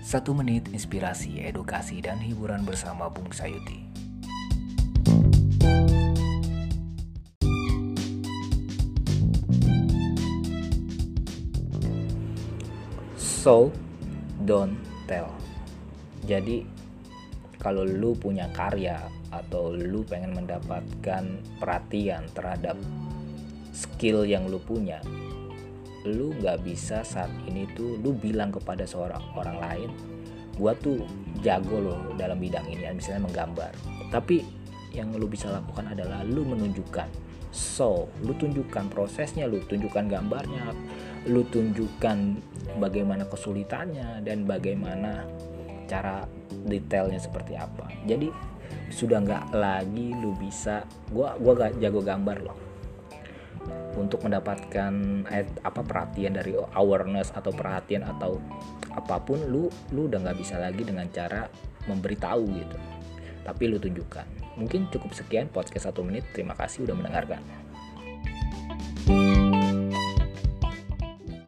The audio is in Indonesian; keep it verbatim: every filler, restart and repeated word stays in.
Satu menit inspirasi, edukasi, dan hiburan bersama Bung Sayuti. So, don't tell. Jadi, kalau lu punya karya atau lu pengen mendapatkan perhatian terhadap skill yang lu punya, lu nggak bisa saat ini tuh lu bilang kepada seorang orang lain, gua tuh jago loh dalam bidang ini, misalnya menggambar. Tapi yang lu bisa lakukan adalah lu menunjukkan. So, lu tunjukkan prosesnya, lu tunjukkan gambarnya, lu tunjukkan bagaimana kesulitannya dan bagaimana cara detailnya seperti apa. Jadi sudah nggak lagi lu bisa, gua gua gak jago gambar loh, untuk mendapatkan eh, apa perhatian dari awareness atau perhatian atau apapun, lu lu udah nggak bisa lagi dengan cara memberitahu gitu, tapi lu tunjukkan. Mungkin cukup sekian podcast satu menit. Terima kasih udah mendengarkan.